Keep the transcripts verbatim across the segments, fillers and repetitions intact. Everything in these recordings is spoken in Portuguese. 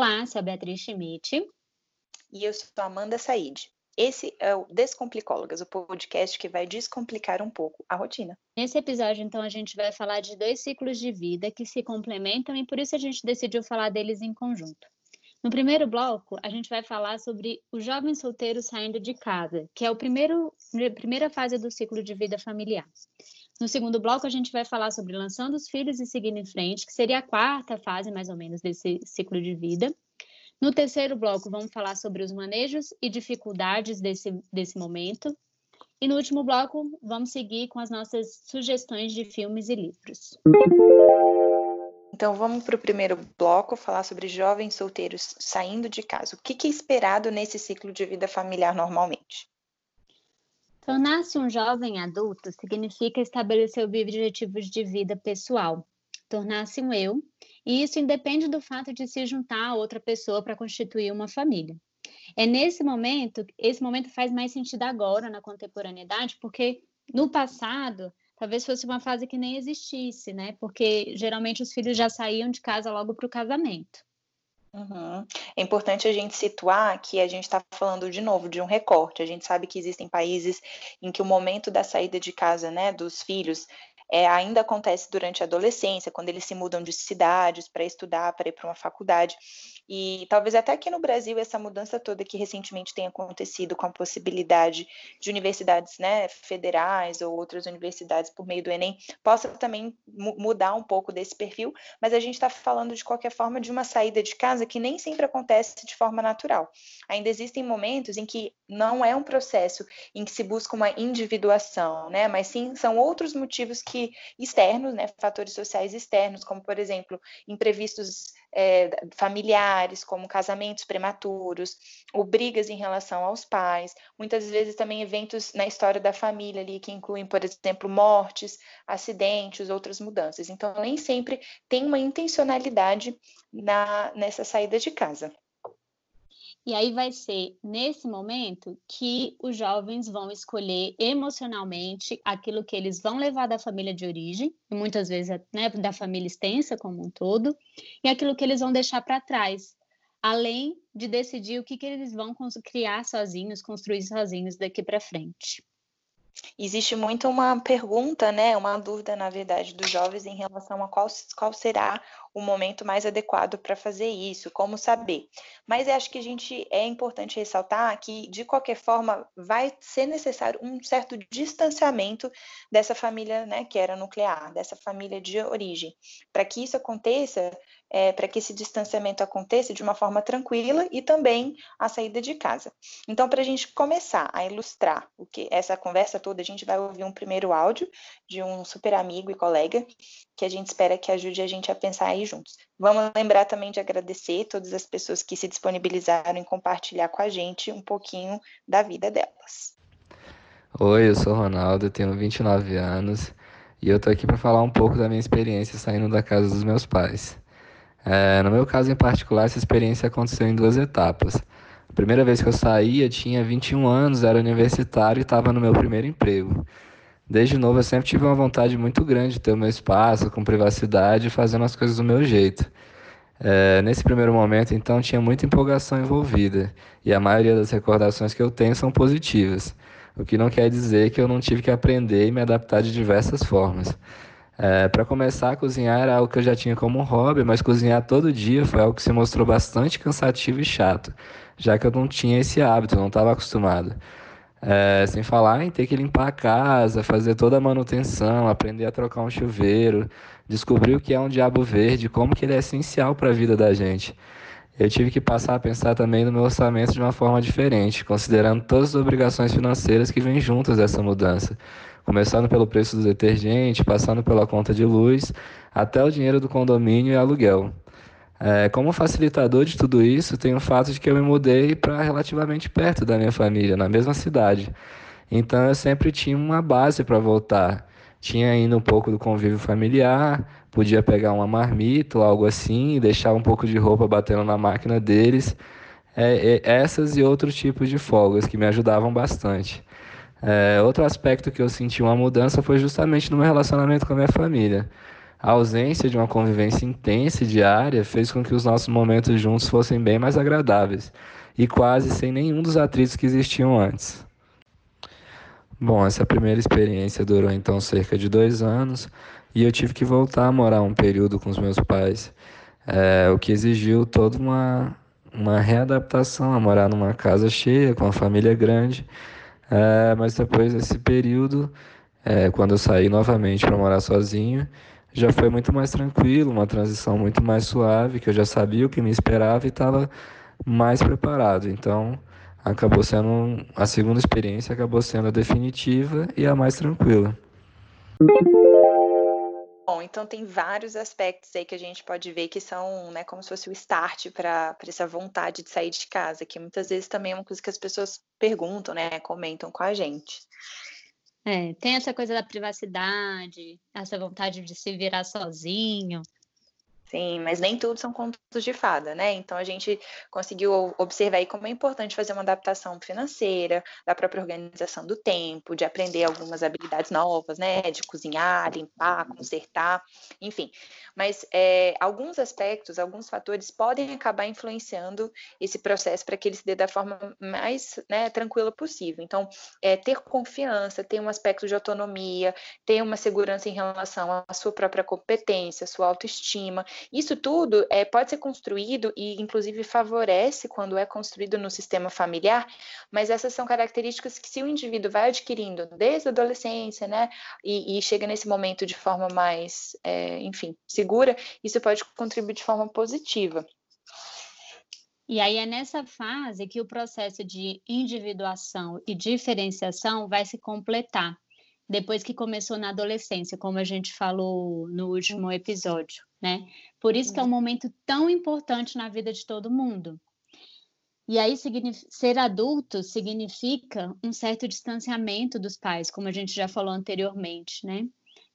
Olá, sou a Beatriz Schmidt. E eu sou a Amanda Said. Esse é o Descomplicólogas, o podcast que vai descomplicar um pouco a rotina. Nesse episódio, então, a gente vai falar de dois ciclos de vida que se complementam e por isso a gente decidiu falar deles em conjunto. No primeiro bloco, a gente vai falar sobre o jovem solteiro saindo de casa, que é o primeiro, a primeira fase do ciclo de vida familiar. No segundo bloco, a gente vai falar sobre lançando os filhos e seguindo em frente, que seria a quarta fase, mais ou menos, desse ciclo de vida. No terceiro bloco, vamos falar sobre os manejos e dificuldades desse, desse momento. E no último bloco, vamos seguir com as nossas sugestões de filmes e livros. Então vamos para o primeiro bloco, falar sobre jovens solteiros saindo de casa. O que, que é esperado nesse ciclo de vida familiar normalmente? Tornar-se um jovem adulto significa estabelecer objetivos de vida pessoal, tornar-se um eu, e isso independe do fato de se juntar a outra pessoa para constituir uma família. É nesse momento, esse momento faz mais sentido agora, na contemporaneidade, porque no passado, talvez fosse uma fase que nem existisse, né? Porque geralmente os filhos já saíam de casa logo para o casamento. Uhum. É importante a gente situar que a gente está falando de novo de um recorte. A gente sabe que existem países em que o momento da saída de casa, né, dos filhos, é, ainda acontece durante a adolescência, quando eles se mudam de cidades para estudar, para ir para uma faculdade. E talvez até aqui no Brasil essa mudança toda que recentemente tem acontecido com a possibilidade de universidades, né, federais ou outras universidades por meio do Enem, possa também mu- mudar um pouco desse perfil, mas a gente está falando de qualquer forma de uma saída de casa que nem sempre acontece de forma natural. Ainda existem momentos em que não é um processo em que se busca uma individuação, né, mas sim são outros motivos que externos, né, fatores sociais externos, como, por exemplo, imprevistos é, familiares, como casamentos prematuros, ou brigas em relação aos pais, muitas vezes também eventos na história da família ali, que incluem, por exemplo, mortes, acidentes, outras mudanças. Então, nem sempre tem uma intencionalidade na, nessa saída de casa. E aí vai ser nesse momento que os jovens vão escolher emocionalmente aquilo que eles vão levar da família de origem, e muitas vezes, né, da família extensa como um todo, e aquilo que eles vão deixar para trás, além de decidir o que, que eles vão criar sozinhos, construir sozinhos daqui para frente. Existe muito uma pergunta, né, uma dúvida, na verdade, dos jovens em relação a qual, qual será o momento mais adequado para fazer isso, como saber. Mas eu acho que a gente é importante ressaltar que, de qualquer forma, vai ser necessário um certo distanciamento dessa família, né, que era nuclear, dessa família de origem. Para que isso aconteça, é, para que esse distanciamento aconteça de uma forma tranquila e também a saída de casa. Então, para a gente começar a ilustrar o que essa conversa toda, a gente vai ouvir um primeiro áudio de um super amigo e colega que a gente espera que ajude a gente a pensar aí juntos. Vamos lembrar também de agradecer todas as pessoas que se disponibilizaram em compartilhar com a gente um pouquinho da vida delas. Oi, eu sou o Ronaldo, eu tenho vinte e nove anos e eu tô aqui para falar um pouco da minha experiência saindo da casa dos meus pais. É, no meu caso em particular, essa experiência aconteceu em duas etapas. A primeira vez que eu saí, eu tinha vinte e um anos, era universitário e estava no meu primeiro emprego. Desde novo eu sempre tive uma vontade muito grande de ter o meu espaço, com privacidade, fazendo as coisas do meu jeito. É, nesse primeiro momento, então, tinha muita empolgação envolvida, e a maioria das recordações que eu tenho são positivas, o que não quer dizer que eu não tive que aprender e me adaptar de diversas formas. É, para começar, a cozinhar era algo que eu já tinha como um hobby, mas cozinhar todo dia foi algo que se mostrou bastante cansativo e chato, já que eu não tinha esse hábito, não estava acostumado. É, sem falar em ter que limpar a casa, fazer toda a manutenção, aprender a trocar um chuveiro, descobrir o que é um diabo verde, como que ele é essencial para a vida da gente. Eu tive que passar a pensar também no meu orçamento de uma forma diferente, considerando todas as obrigações financeiras que vêm juntas dessa mudança. Começando pelo preço do detergente, passando pela conta de luz, até o dinheiro do condomínio e aluguel. É, como facilitador de tudo isso, tem o fato de que eu me mudei para relativamente perto da minha família, na mesma cidade. Então eu sempre tinha uma base para voltar. Tinha ainda um pouco do convívio familiar, podia pegar uma marmita ou algo assim, e deixar um pouco de roupa batendo na máquina deles. É, é, essas e outros tipos de folgas que me ajudavam bastante. É, outro aspecto que eu senti uma mudança foi justamente no meu relacionamento com a minha família. A ausência de uma convivência intensa e diária fez com que os nossos momentos juntos fossem bem mais agradáveis e quase sem nenhum dos atritos que existiam antes. Bom, essa primeira experiência durou então cerca de dois anos e eu tive que voltar a morar um período com os meus pais, é, o que exigiu toda uma, uma readaptação a morar numa casa cheia, com uma família grande. É, mas depois desse período, é, quando eu saí novamente para morar sozinho, já foi muito mais tranquilo, uma transição muito mais suave, que eu já sabia o que me esperava e estava mais preparado. Então, acabou sendo um- a segunda experiência acabou sendo a definitiva e a mais tranquila. Bom, então tem vários aspectos aí que a gente pode ver que são, né, como se fosse o start para essa vontade de sair de casa, que muitas vezes também é uma coisa que as pessoas perguntam, né, comentam com a gente. É, tem essa coisa da privacidade, essa vontade de se virar sozinho. Sim, mas nem tudo são contos de fada, né? Então a gente conseguiu observar aí como é importante fazer uma adaptação financeira, da própria organização do tempo, de aprender algumas habilidades novas, né? De cozinhar, limpar, consertar, enfim. Mas é, alguns aspectos, alguns fatores podem acabar influenciando esse processo para que ele se dê da forma mais, né, tranquila possível. Então, é, ter confiança, ter um aspecto de autonomia, ter uma segurança em relação à sua própria competência, à sua autoestima. Isso tudo é, pode ser construído e, inclusive, favorece quando é construído no sistema familiar, mas essas são características que, se o indivíduo vai adquirindo desde a adolescência, né, e, e chega nesse momento de forma mais, é, enfim, segura, isso pode contribuir de forma positiva. E aí é nessa fase que o processo de individuação e diferenciação vai se completar, depois que começou na adolescência, como a gente falou no último episódio, né? Por isso que é um momento tão importante na vida de todo mundo. E aí ser adulto significa um certo distanciamento dos pais, como a gente já falou anteriormente, né?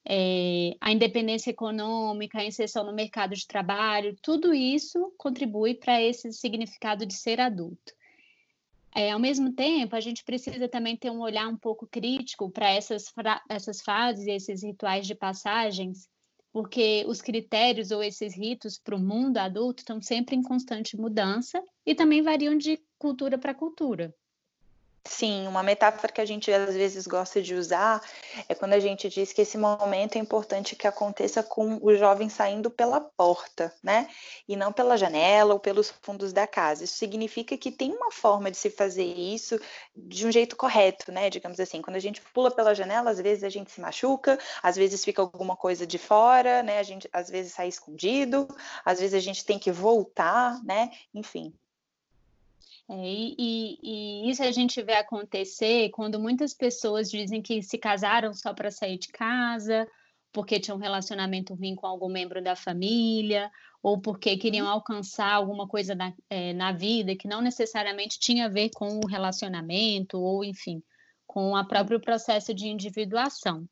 É, a independência econômica, a inserção no mercado de trabalho, tudo isso contribui para esse significado de ser adulto. É, ao mesmo tempo, a gente precisa também ter um olhar um pouco crítico para essas, essas fases e esses rituais de passagens, porque os critérios ou esses ritos para o mundo adulto estão sempre em constante mudança e também variam de cultura para cultura. Sim, uma metáfora que a gente às vezes gosta de usar é quando a gente diz que esse momento é importante que aconteça com o jovem saindo pela porta, né? E não pela janela ou pelos fundos da casa. Isso significa que tem uma forma de se fazer isso de um jeito correto, né? Digamos assim, quando a gente pula pela janela, às vezes a gente se machuca, às vezes fica alguma coisa de fora, né? A gente às vezes sai escondido, às vezes a gente tem que voltar, né? Enfim. É, e, e, e isso a gente vê acontecer quando muitas pessoas dizem que se casaram só para sair de casa, porque tinham um relacionamento ruim com algum membro da família, ou porque queriam alcançar alguma coisa na, é, na vida que não necessariamente tinha a ver com o relacionamento, ou enfim, com o próprio processo de individuação.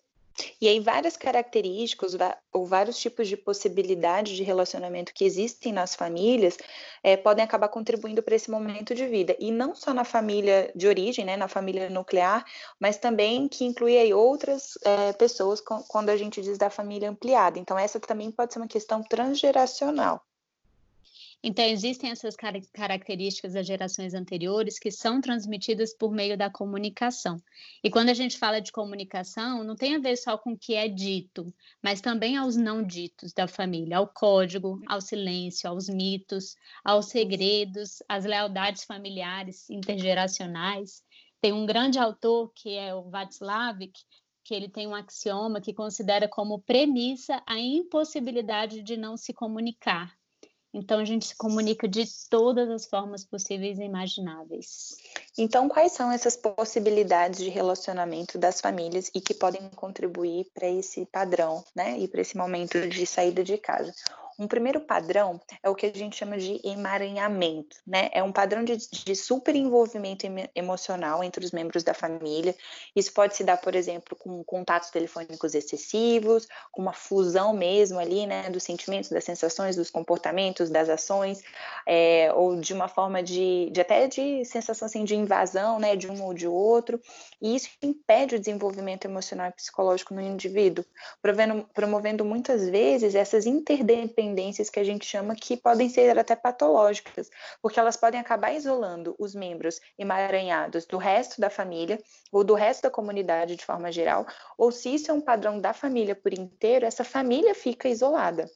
E aí várias características ou vários tipos de possibilidades de relacionamento que existem nas famílias é, podem acabar contribuindo para esse momento de vida. E não só na família de origem, né, na família nuclear, mas também que inclui aí outras é, pessoas com, quando a gente diz da família ampliada. Então essa também pode ser uma questão transgeracional. Então, existem essas car- características das gerações anteriores que são transmitidas por meio da comunicação. E quando a gente fala de comunicação, não tem a ver só com o que é dito, mas também aos não ditos da família, ao código, ao silêncio, aos mitos, aos segredos, às lealdades familiares intergeracionais. Tem um grande autor, que é o Václavic, que ele tem um axioma que considera como premissa a impossibilidade de não se comunicar. Então, a gente se comunica de todas as formas possíveis e imagináveis. Então, quais são essas possibilidades de relacionamento das famílias e que podem contribuir para esse padrão, né? E para esse momento de saída de casa? Um primeiro padrão é o que a gente chama de emaranhamento, né? É um padrão de, de superenvolvimento emo- emocional entre os membros da família. Isso pode se dar, por exemplo, com contatos telefônicos excessivos, com uma fusão mesmo ali, né, dos sentimentos, das sensações, dos comportamentos, das ações, é, ou de uma forma de, de até de sensação assim, de invasão, né, de um ou de outro, e isso impede o desenvolvimento emocional e psicológico no indivíduo, promovendo, promovendo muitas vezes essas interdependências que a gente chama que podem ser até patológicas, porque elas podem acabar isolando os membros emaranhados do resto da família ou do resto da comunidade de forma geral, ou se isso é um padrão da família por inteiro, essa família fica isolada.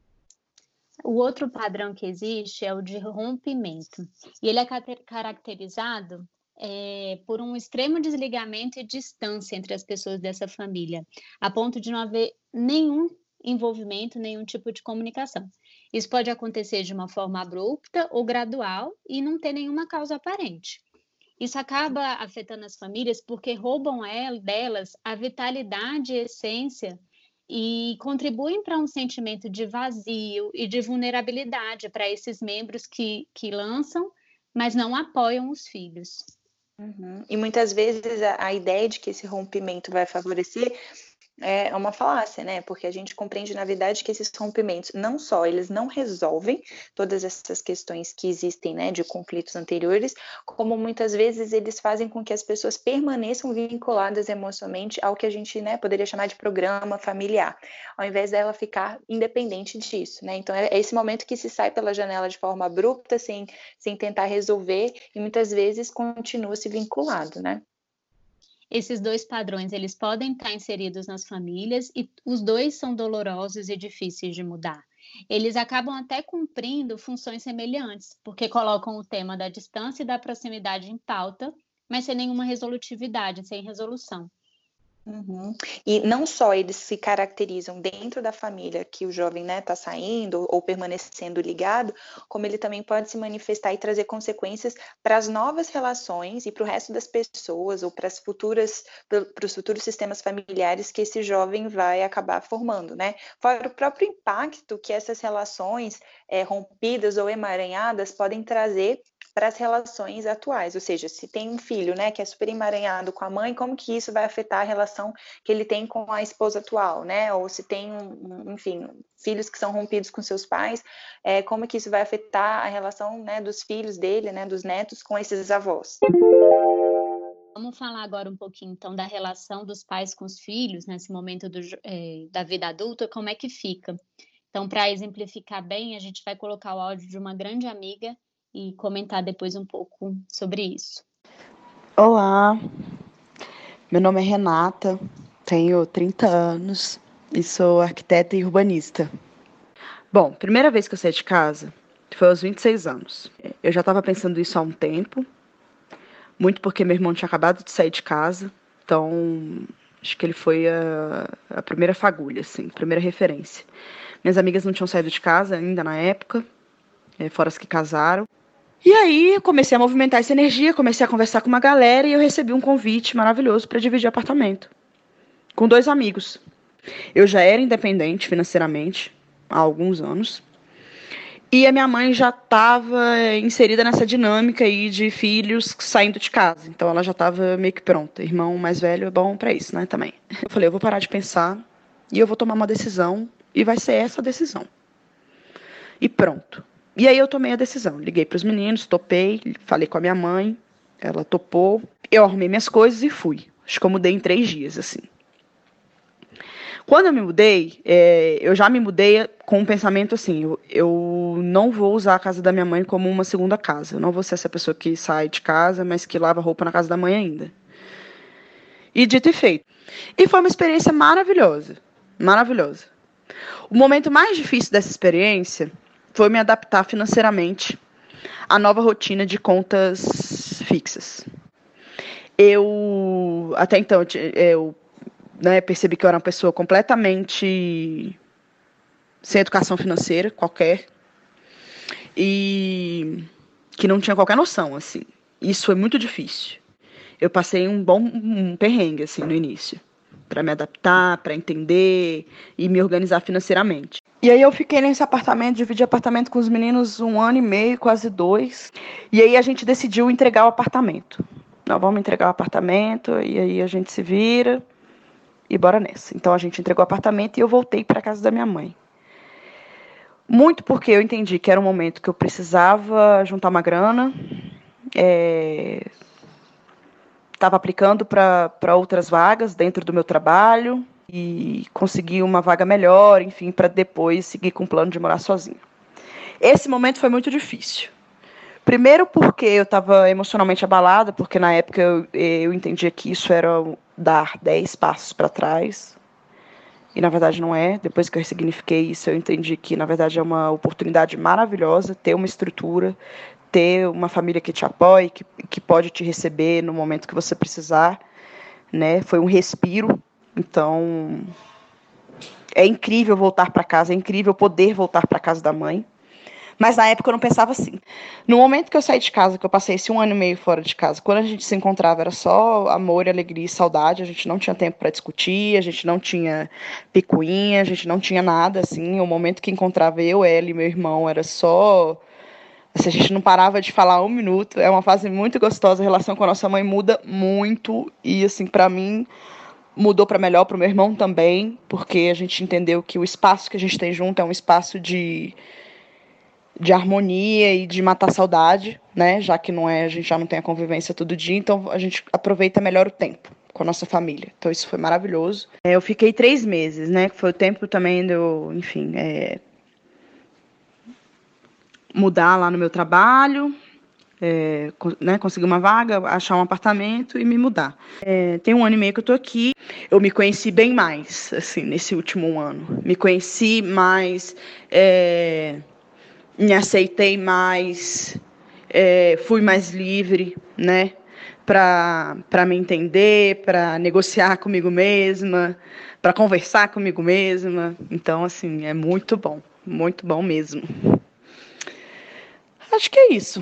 O outro padrão que existe é o de rompimento, e ele é caracterizado é, por um extremo desligamento e distância entre as pessoas dessa família, a ponto de não haver nenhum envolvimento, nenhum tipo de comunicação. Isso pode acontecer de uma forma abrupta ou gradual e não ter nenhuma causa aparente. Isso acaba afetando as famílias porque roubam delas a vitalidade e essência e contribuem para um sentimento de vazio e de vulnerabilidade para esses membros que, que lançam, mas não apoiam os filhos. Uhum. E muitas vezes a, a ideia de que esse rompimento vai favorecer é uma falácia, né? Porque a gente compreende, na verdade, que esses rompimentos, não só eles não resolvem todas essas questões que existem, né, de conflitos anteriores, como muitas vezes eles fazem com que as pessoas permaneçam vinculadas emocionalmente ao que a gente, né, poderia chamar de programa familiar, ao invés dela ficar independente disso, né? Então é esse momento que se sai pela janela de forma abrupta, sem, sem tentar resolver, e muitas vezes continua se vinculado, né? Esses dois padrões, eles podem estar inseridos nas famílias e os dois são dolorosos e difíceis de mudar. Eles acabam até cumprindo funções semelhantes, porque colocam o tema da distância e da proximidade em pauta, mas sem nenhuma resolutividade, sem resolução. Uhum. E não só eles se caracterizam dentro da família que o jovem, né, está saindo ou permanecendo ligado, como ele também pode se manifestar e trazer consequências para as novas relações e para o resto das pessoas ou para as futuras, para os futuros sistemas familiares que esse jovem vai acabar formando, né? Fora o próprio impacto que essas relações é, rompidas ou emaranhadas podem trazer para as relações atuais, ou seja, se tem um filho, né, que é super emaranhado com a mãe, como que isso vai afetar a relação que ele tem com a esposa atual, né, ou se tem, um, enfim, filhos que são rompidos com seus pais, é, como que isso vai afetar a relação, né, dos filhos dele, né, dos netos com esses avós. Vamos falar agora um pouquinho, então, da relação dos pais com os filhos, nesse momento do, é, da vida adulta, como é que fica. Então, para exemplificar bem, a gente vai colocar o áudio de uma grande amiga e comentar depois um pouco sobre isso. Olá, meu nome é Renata, tenho trinta anos e sou arquiteta e urbanista. Bom, primeira vez que eu saí de casa foi aos vinte e seis anos. Eu já estava pensando isso há um tempo, muito porque meu irmão tinha acabado de sair de casa, então acho que ele foi a, a primeira fagulha, assim, a primeira referência. Minhas amigas não tinham saído de casa ainda na época, fora as que casaram. E aí eu comecei a movimentar essa energia, comecei a conversar com uma galera e eu recebi um convite maravilhoso para dividir apartamento com dois amigos. Eu já era independente financeiramente há alguns anos e a minha mãe já estava inserida nessa dinâmica aí de filhos saindo de casa. Então ela já estava meio que pronta. Irmão mais velho é bom para isso, né, também. Eu falei, eu vou parar de pensar e eu vou tomar uma decisão e vai ser essa a decisão. E pronto. E aí eu tomei a decisão, liguei para os meninos, topei, falei com a minha mãe, ela topou, eu arrumei minhas coisas e fui. Acho que eu mudei em três dias, assim. Quando eu me mudei, é, eu já me mudei com um pensamento assim, eu, eu não vou usar a casa da minha mãe como uma segunda casa, eu não vou ser essa pessoa que sai de casa, mas que lava roupa na casa da mãe ainda. E dito e feito. E foi uma experiência maravilhosa, maravilhosa. O momento mais difícil dessa experiência foi me adaptar financeiramente à nova rotina de contas fixas. Eu, até então, eu né, percebi que eu era uma pessoa completamente sem educação financeira, qualquer, e que não tinha qualquer noção, assim. Isso foi muito difícil. Eu passei um bom um perrengue, assim, no início, para me adaptar, para entender e me organizar financeiramente. E aí eu fiquei nesse apartamento, dividi apartamento com os meninos um ano e meio, quase dois. E aí a gente decidiu entregar o apartamento. Nós vamos entregar o apartamento, e aí a gente se vira e bora nessa. Então a gente entregou o apartamento e eu voltei para a casa da minha mãe. Muito porque eu entendi que era um momento que eu precisava juntar uma grana, estava aplicando para outras vagas dentro do meu trabalho e consegui uma vaga melhor, enfim, para depois seguir com o plano de morar sozinha. Esse momento foi muito difícil. Primeiro porque eu estava emocionalmente abalada, porque na época eu, eu entendia que isso era dar dez passos para trás. E na verdade não é. Depois que eu ressignifiquei isso, eu entendi que na verdade é uma oportunidade maravilhosa ter uma estrutura, ter uma família que te apoie, que, que pode te receber no momento que você precisar, né? Foi um respiro. Então é incrível voltar para casa, é incrível poder voltar para casa da mãe. Mas na época eu não pensava assim. No momento que eu saí de casa, que eu passei esse um ano e meio fora de casa, quando a gente se encontrava era só amor, alegria e saudade, a gente não tinha tempo para discutir, a gente não tinha picuinha, a gente não tinha nada, assim. O momento que encontrava eu, ela e meu irmão era só... Assim, a gente não parava de falar um minuto. É uma fase muito gostosa, a relação com a nossa mãe muda muito e, assim, para mim... mudou para melhor, para o meu irmão também, porque a gente entendeu que o espaço que a gente tem junto é um espaço de... de harmonia e de matar a saudade, né? Já que não é, a gente já não tem a convivência todo dia, então a gente aproveita melhor o tempo com a nossa família. Então isso foi maravilhoso. É, eu fiquei três meses, né? Que foi o tempo também de eu, enfim, é, mudar lá no meu trabalho, é, né, conseguir uma vaga, achar um apartamento e me mudar. É, tem um ano e meio que eu tô aqui. Eu me conheci bem mais, assim, nesse último ano. Me conheci mais. É, me aceitei mais, é, fui mais livre, né, para me entender, para negociar comigo mesma, para conversar comigo mesma. Então, assim, é muito bom, muito bom mesmo. Acho que é isso.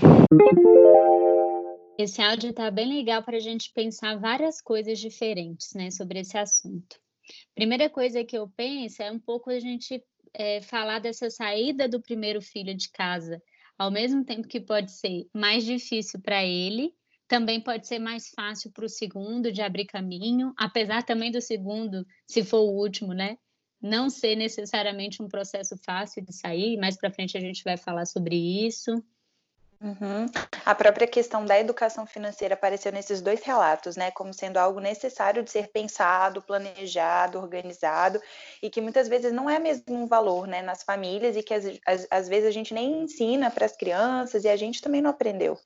Esse áudio está bem legal para a gente pensar várias coisas diferentes, né, sobre esse assunto. Primeira coisa que eu penso é um pouco a gente é, falar dessa saída do primeiro filho de casa, ao mesmo tempo que pode ser mais difícil para ele, também pode ser mais fácil para o segundo de abrir caminho, apesar também do segundo, se for o último, né? Não ser necessariamente um processo fácil de sair, mais para frente a gente vai falar sobre isso. Uhum. A própria questão da educação financeira apareceu nesses dois relatos, né, como sendo algo necessário de ser pensado, planejado, organizado, e que muitas vezes não é mesmo um valor, né, nas famílias, e que às, às, às vezes a gente nem ensina para as crianças e a gente também não aprendeu.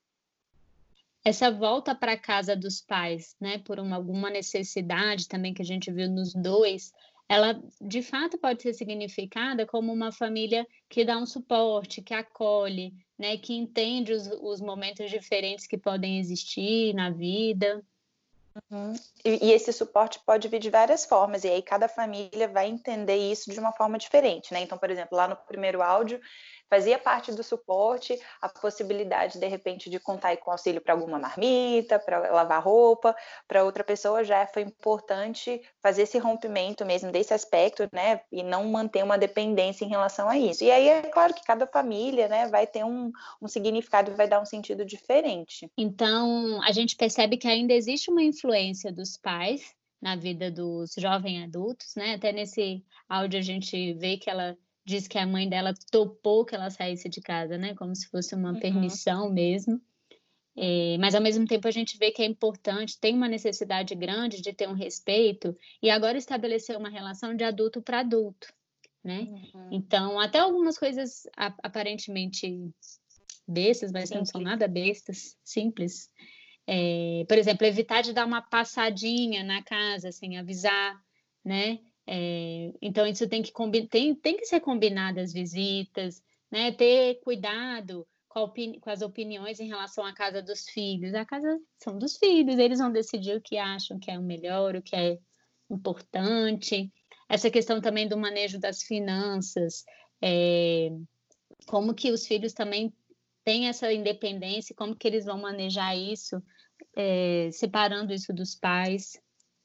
Essa volta para casa dos pais, né, por uma, alguma necessidade também que a gente viu nos dois, ela de fato pode ser significada como uma família que dá um suporte, que acolhe, né, que entende os, os momentos diferentes que podem existir na vida. Uhum. E, e esse suporte pode vir de várias formas, e aí cada família vai entender isso de uma forma diferente, né? Então, por exemplo, lá no primeiro áudio, fazia parte do suporte a possibilidade, de repente, de contar com auxílio para alguma marmita, para lavar roupa. Para outra pessoa já foi importante fazer esse rompimento mesmo desse aspecto, né? E não manter uma dependência em relação a isso. E aí é claro que cada família, né, vai ter um, um significado e vai dar um sentido diferente. Então, a gente percebe que ainda existe uma influência dos pais na vida dos jovens adultos, né? Até nesse áudio a gente vê que ela diz que a mãe dela topou que ela saísse de casa, né? Como se fosse uma Uhum. permissão mesmo. É, mas ao mesmo tempo a gente vê que é importante, tem uma necessidade grande de ter um respeito e agora estabelecer uma relação de adulto para adulto, né? Uhum. Então, até algumas coisas a- aparentemente bestas, mas que não são Simples. nada bestas, simples. É, por exemplo, evitar de dar uma passadinha na casa sem avisar, né? É, então, isso tem que, combi- tem, tem que ser combinado as visitas, né? Ter cuidado com, a opini- com as opiniões em relação à casa dos filhos. A casa são dos filhos, eles vão decidir o que acham que é o melhor, o que é importante. Essa questão também do manejo das finanças, é, como que os filhos também têm essa independência, como que eles vão manejar isso, é, separando isso dos pais.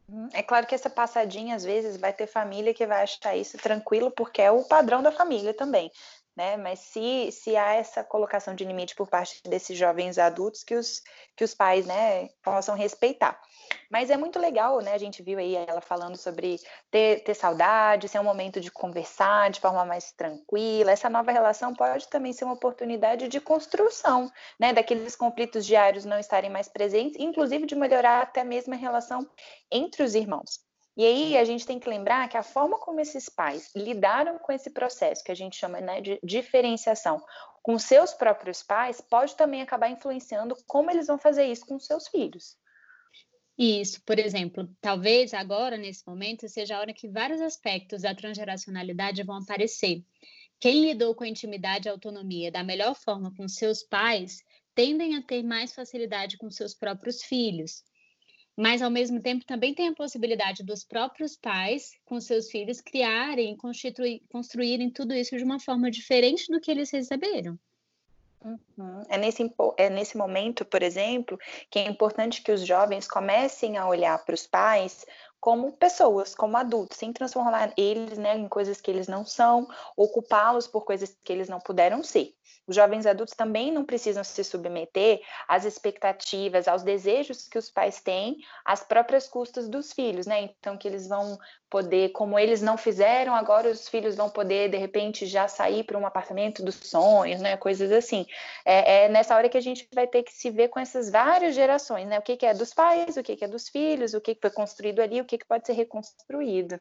Hum, É claro que essa passadinha, às vezes, vai ter família que vai achar isso tranquilo, porque é o padrão da família também, né? Mas se, se há essa colocação de limite por parte desses jovens adultos, que os, que os pais, né, possam respeitar. Mas é muito legal, né? A gente viu aí ela falando sobre ter, ter saudade, ser um momento de conversar de forma mais tranquila. Essa nova relação pode também ser uma oportunidade de construção, né? Daqueles conflitos diários não estarem mais presentes, inclusive de melhorar até mesmo a relação entre os irmãos. E aí a gente tem que lembrar que a forma como esses pais lidaram com esse processo, que a gente chama, né, de diferenciação, com seus próprios pais, pode também acabar influenciando como eles vão fazer isso com seus filhos. Isso, por exemplo, talvez agora, nesse momento, seja a hora que vários aspectos da transgeracionalidade vão aparecer. Quem lidou com a intimidade e autonomia da melhor forma com seus pais tendem a ter mais facilidade com seus próprios filhos. Mas, ao mesmo tempo, também tem a possibilidade dos próprios pais, com seus filhos, criarem e constituir, construírem tudo isso de uma forma diferente do que eles receberam. Uhum. É nesse, é nesse momento, por exemplo, que é importante que os jovens comecem a olhar para os pais como pessoas, como adultos, sem transformar eles, né, em coisas que eles não são, ou culpá-los por coisas que eles não puderam ser. Os jovens adultos também não precisam se submeter às expectativas, aos desejos que os pais têm, às próprias custas dos filhos, né? Então, que eles vão poder, como eles não fizeram, agora os filhos vão poder, de repente, já sair para um apartamento dos sonhos, né? Coisas assim. É, é nessa hora que a gente vai ter que se ver com essas várias gerações, né? O que, que é dos pais, o que, que é dos filhos, o que, que foi construído ali, o que, que pode ser reconstruído.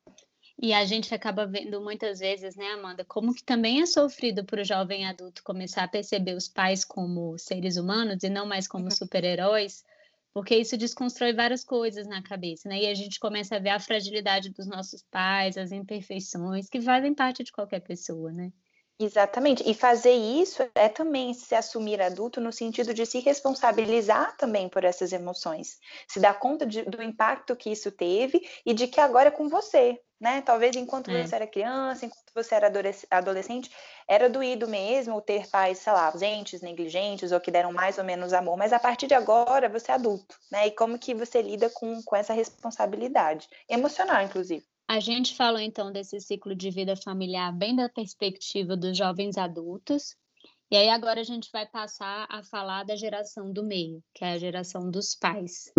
E a gente acaba vendo muitas vezes, né, Amanda, como que também é sofrido para o jovem adulto começar a perceber os pais como seres humanos e não mais como super-heróis, porque isso desconstrói várias coisas na cabeça, né? E a gente começa a ver a fragilidade dos nossos pais, as imperfeições que fazem parte de qualquer pessoa, né? Exatamente. E fazer isso é também se assumir adulto no sentido de se responsabilizar também por essas emoções, se dar conta de, do impacto que isso teve e de que agora é com você, né? Talvez enquanto É. você era criança, enquanto você era adolescente, era doído mesmo ter pais, sei lá, ausentes, negligentes ou que deram mais ou menos amor, mas a partir de agora você é adulto, né? E como que você lida com, com essa responsabilidade emocional, inclusive. A gente falou então desse ciclo de vida familiar bem da perspectiva dos jovens adultos, e aí agora a gente vai passar a falar da geração do meio, que é a geração dos pais.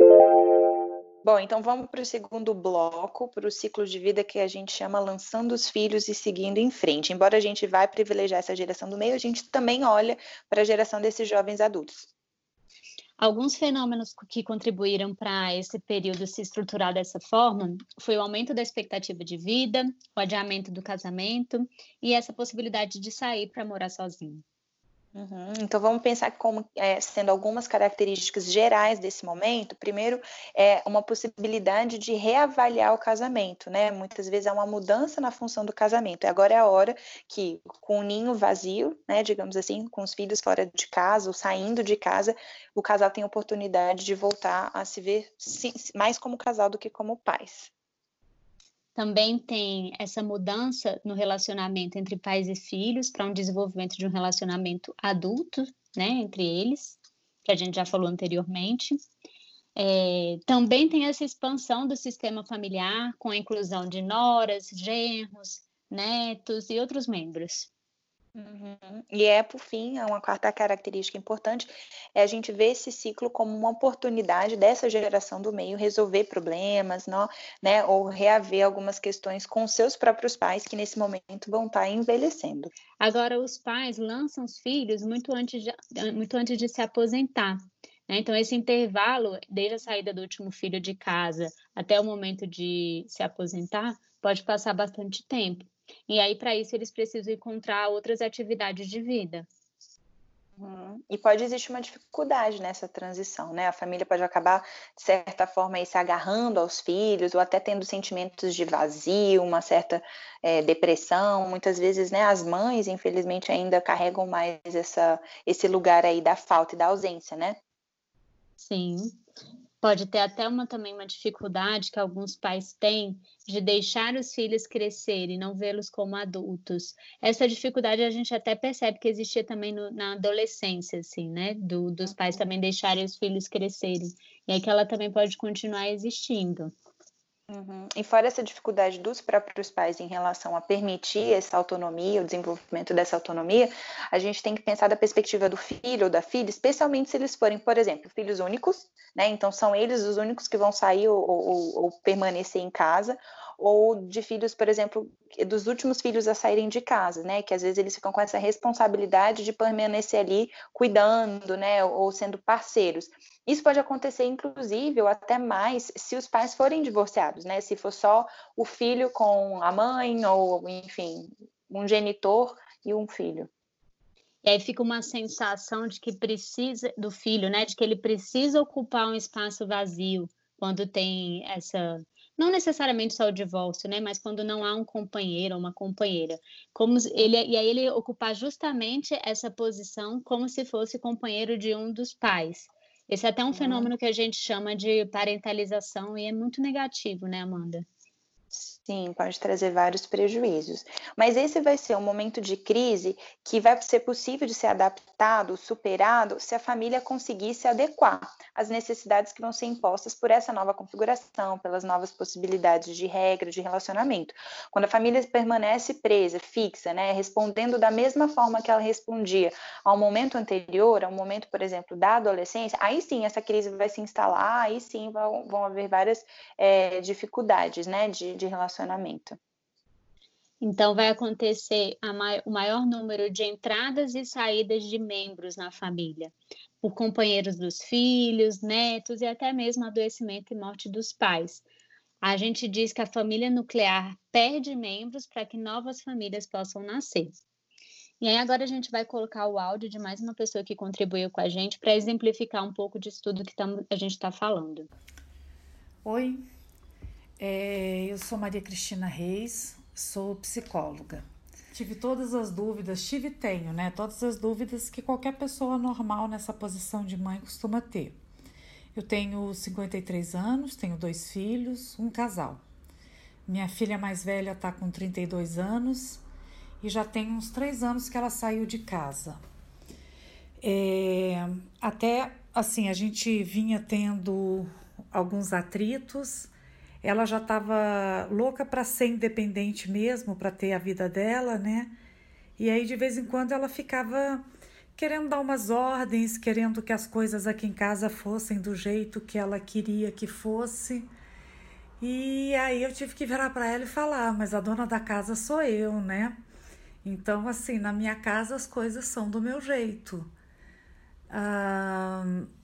Bom, então vamos para o segundo bloco, para o ciclo de vida que a gente chama lançando os filhos e seguindo em frente. Embora a gente vai privilegiar essa geração do meio, a gente também olha para a geração desses jovens adultos. Alguns fenômenos que contribuíram para esse período se estruturar dessa forma foi o aumento da expectativa de vida, o adiamento do casamento e essa possibilidade de sair para morar sozinho. Uhum. Então vamos pensar como é, sendo algumas características gerais desse momento. Primeiro, é uma possibilidade de reavaliar o casamento, né? Muitas vezes há uma mudança na função do casamento. E agora é a hora que, com o ninho vazio, né, digamos assim, com os filhos fora de casa ou saindo de casa, o casal tem a oportunidade de voltar a se ver sim, mais como casal do que como pais. Também tem essa mudança no relacionamento entre pais e filhos para um desenvolvimento de um relacionamento adulto, né, entre eles, que a gente já falou anteriormente. É, também tem essa expansão do sistema familiar com a inclusão de noras, genros, netos e outros membros. Uhum. E é, por fim, uma quarta característica importante é a gente ver esse ciclo como uma oportunidade dessa geração do meio resolver problemas, não, né, ou reaver algumas questões com seus próprios pais que nesse momento vão estar envelhecendo. Agora, os pais lançam os filhos muito antes de, muito antes de se aposentar. Né? Então, esse intervalo, desde a saída do último filho de casa até o momento de se aposentar, pode passar bastante tempo. E aí, para isso, eles precisam encontrar outras atividades de vida. Uhum. E pode existir uma dificuldade nessa transição, né? A família pode acabar, de certa forma, aí, se agarrando aos filhos ou até tendo sentimentos de vazio, uma certa é, depressão. Muitas vezes, né, as mães, infelizmente, ainda carregam mais essa, esse lugar aí da falta e da ausência, né? Sim. Pode ter até uma, também uma dificuldade que alguns pais têm de deixar os filhos crescerem e não vê-los como adultos. Essa dificuldade a gente até percebe que existia também no, na adolescência, assim, né? Do, dos pais também deixarem os filhos crescerem. E aí que ela também pode continuar existindo. Uhum. E fora essa dificuldade dos próprios pais em relação a permitir essa autonomia, o desenvolvimento dessa autonomia, a gente tem que pensar da perspectiva do filho ou da filha, especialmente se eles forem, por exemplo, filhos únicos, né? Então são eles os únicos que vão sair ou, ou, ou permanecer em casa, ou de filhos, por exemplo, dos últimos filhos a saírem de casa, né? Que às vezes eles ficam com essa responsabilidade de permanecer ali cuidando, né? Ou sendo parceiros. Isso pode acontecer, inclusive, ou até mais, se os pais forem divorciados, né? Se for só o filho com a mãe, ou, enfim, um genitor e um filho. E aí fica uma sensação de que precisa, do filho, né? De que ele precisa ocupar um espaço vazio quando tem essa... Não necessariamente só o divórcio, né? Mas quando não há um companheiro ou uma companheira. Como ele, e aí ele ocupar justamente essa posição como se fosse companheiro de um dos pais. Esse é até um fenômeno que a gente chama de parentalização e é muito negativo, né, Amanda? Sim, pode trazer vários prejuízos. Mas esse vai ser um momento de crise que vai ser possível de ser adaptado, superado, se a família conseguir se adequar às necessidades que vão ser impostas por essa nova configuração, pelas novas possibilidades de regra, de relacionamento. Quando a família permanece presa, fixa, né, respondendo da mesma forma que ela respondia ao momento anterior, ao momento, por exemplo, da adolescência, aí sim essa crise vai se instalar, aí sim vão, vão haver várias é, dificuldades, né, de, de relacionamento. Então, vai acontecer a mai- o maior número de entradas e saídas de membros na família, por companheiros dos filhos, netos e até mesmo adoecimento e morte dos pais. A gente diz que a família nuclear perde membros para que novas famílias possam nascer. E aí agora a gente vai colocar o áudio de mais uma pessoa que contribuiu com a gente para exemplificar um pouco disso tudo que tam- a gente está falando. Oi, é, eu sou Maria Cristina Reis, sou psicóloga. Tive todas as dúvidas, tive e tenho, né? Todas as dúvidas que qualquer pessoa normal nessa posição de mãe costuma ter. Eu tenho cinquenta e três anos, tenho dois filhos, um casal. Minha filha mais velha está com trinta e dois anos e já tem uns três anos que ela saiu de casa. É, até, assim, a gente vinha tendo alguns atritos. Ela já estava louca para ser independente mesmo, para ter a vida dela, né? E aí, de vez em quando, ela ficava querendo dar umas ordens, querendo que as coisas aqui em casa fossem do jeito que ela queria que fosse. E aí eu tive que virar para ela e falar, mas a dona da casa sou eu, né? Então, assim, na minha casa as coisas são do meu jeito. Ah,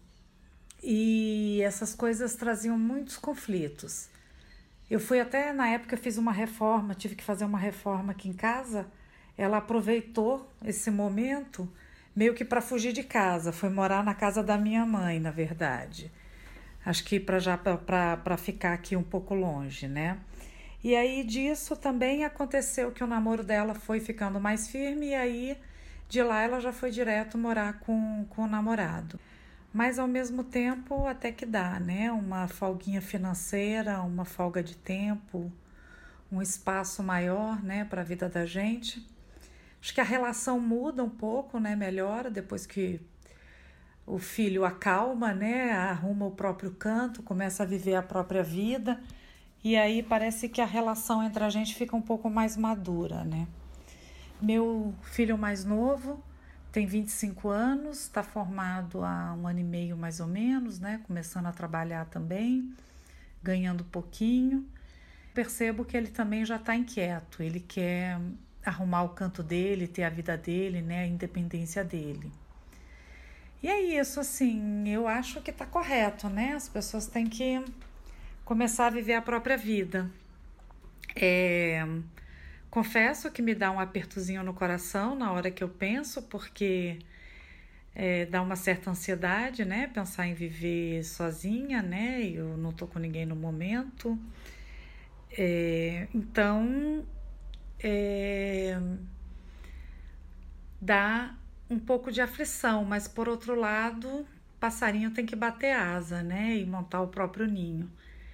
e essas coisas traziam muitos conflitos. Eu fui até, na época, fiz uma reforma, tive que fazer uma reforma aqui em casa. Ela aproveitou esse momento meio que para fugir de casa, foi morar na casa da minha mãe, na verdade. Acho que para já para ficar aqui um pouco longe, né? E aí disso também aconteceu que o namoro dela foi ficando mais firme e aí de lá ela já foi direto morar com, com o namorado. Mas ao mesmo tempo até que dá, né? Uma folguinha financeira, uma folga de tempo, um espaço maior, né, para a vida da gente. Acho que a relação muda um pouco, né? Melhora depois que o filho acalma, né? Arruma o próprio canto, começa a viver a própria vida. E aí parece que a relação entre a gente fica um pouco mais madura, né? Meu filho mais novo tem vinte e cinco anos, está formado há um ano e meio mais ou menos, né? Começando a trabalhar também, ganhando pouquinho. Percebo que ele também já está inquieto, ele quer arrumar o canto dele, ter a vida dele, né? A independência dele. E é isso, assim, eu acho que está correto, né? As pessoas têm que começar a viver a própria vida. É... Confesso que me dá um apertozinho no coração na hora que eu penso, porque é, dá uma certa ansiedade, né? Pensar em viver sozinha, né? Eu não tô com ninguém no momento. É, então, é, dá um pouco de aflição, mas por outro lado, passarinho tem que bater asa, né? E montar o próprio ninho.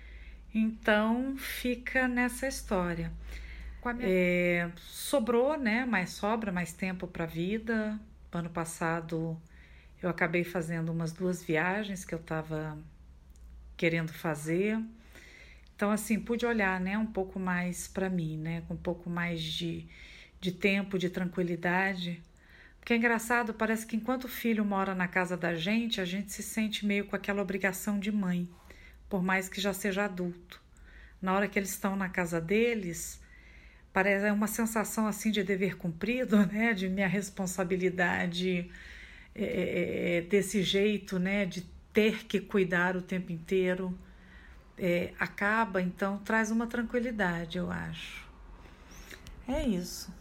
Então, fica nessa história. É, sobrou, né? Mais sobra, mais tempo para a vida. Ano passado, eu acabei fazendo umas duas viagens que eu estava querendo fazer. Então, assim, pude olhar, né, um pouco mais para mim, né, com um pouco mais de, de tempo, de tranquilidade. Porque é engraçado, parece que enquanto o filho mora na casa da gente, a gente se sente meio com aquela obrigação de mãe, por mais que já seja adulto. Na hora que eles estão na casa deles, parece é uma sensação assim de dever cumprido, né, de minha responsabilidade é, é, desse jeito, né, de ter que cuidar o tempo inteiro. É, acaba, então traz uma tranquilidade, eu acho. É isso.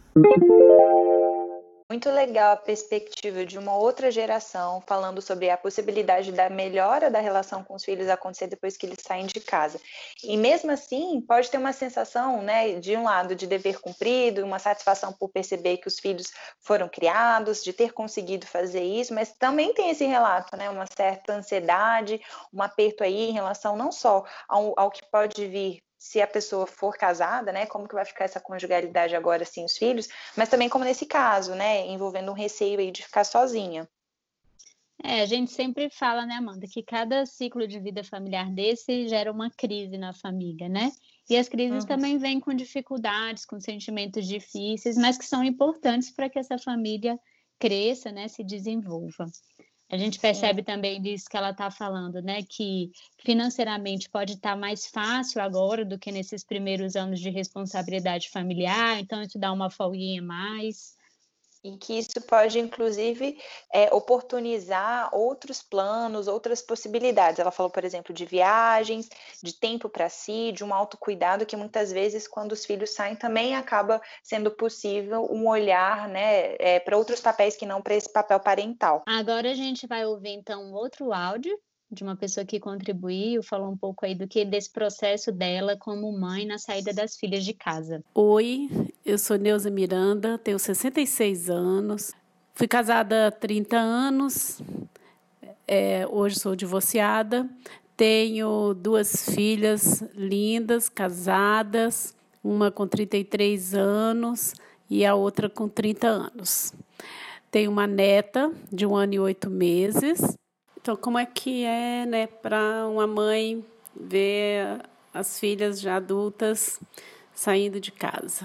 Muito legal a perspectiva de uma outra geração falando sobre a possibilidade da melhora da relação com os filhos acontecer depois que eles saem de casa. E mesmo assim, pode ter uma sensação, né, de um lado de dever cumprido, uma satisfação por perceber que os filhos foram criados, de ter conseguido fazer isso, mas também tem esse relato, né, uma certa ansiedade, um aperto aí em relação não só ao, ao que pode vir se a pessoa for casada, né, como que vai ficar essa conjugalidade agora sem os filhos, mas também como nesse caso, né, envolvendo um receio aí de ficar sozinha. É, a gente sempre fala, né, Amanda, que cada ciclo de vida familiar desse gera uma crise na família, né? E as crises Uhum. também vêm com dificuldades, com sentimentos difíceis, mas que são importantes para que essa família cresça, né, se desenvolva. A gente percebe Sim. também disso que ela está falando, né? Que financeiramente pode estar mais fácil agora do que nesses primeiros anos de responsabilidade familiar, então isso dá uma folguinha a mais. E que isso pode, inclusive, é, oportunizar outros planos, outras possibilidades. Ela falou, por exemplo, de viagens, de tempo para si, de um autocuidado que muitas vezes, quando os filhos saem, também acaba sendo possível um olhar, né, é, para outros papéis que não para esse papel parental. Agora a gente vai ouvir, então, um outro áudio de uma pessoa que contribuiu, falou um pouco aí do que desse processo dela como mãe na saída das filhas de casa. Oi, eu sou Neuza Miranda, tenho sessenta e seis anos, fui casada há trinta anos, é, hoje sou divorciada, tenho duas filhas lindas, casadas, uma com trinta e três anos e a outra com trinta anos. Tenho uma neta de um ano e oito meses. Então, como é que é, né, para uma mãe ver as filhas já adultas saindo de casa?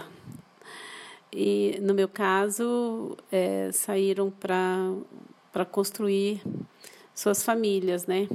E, no meu caso, é, saíram para para construir suas famílias, né?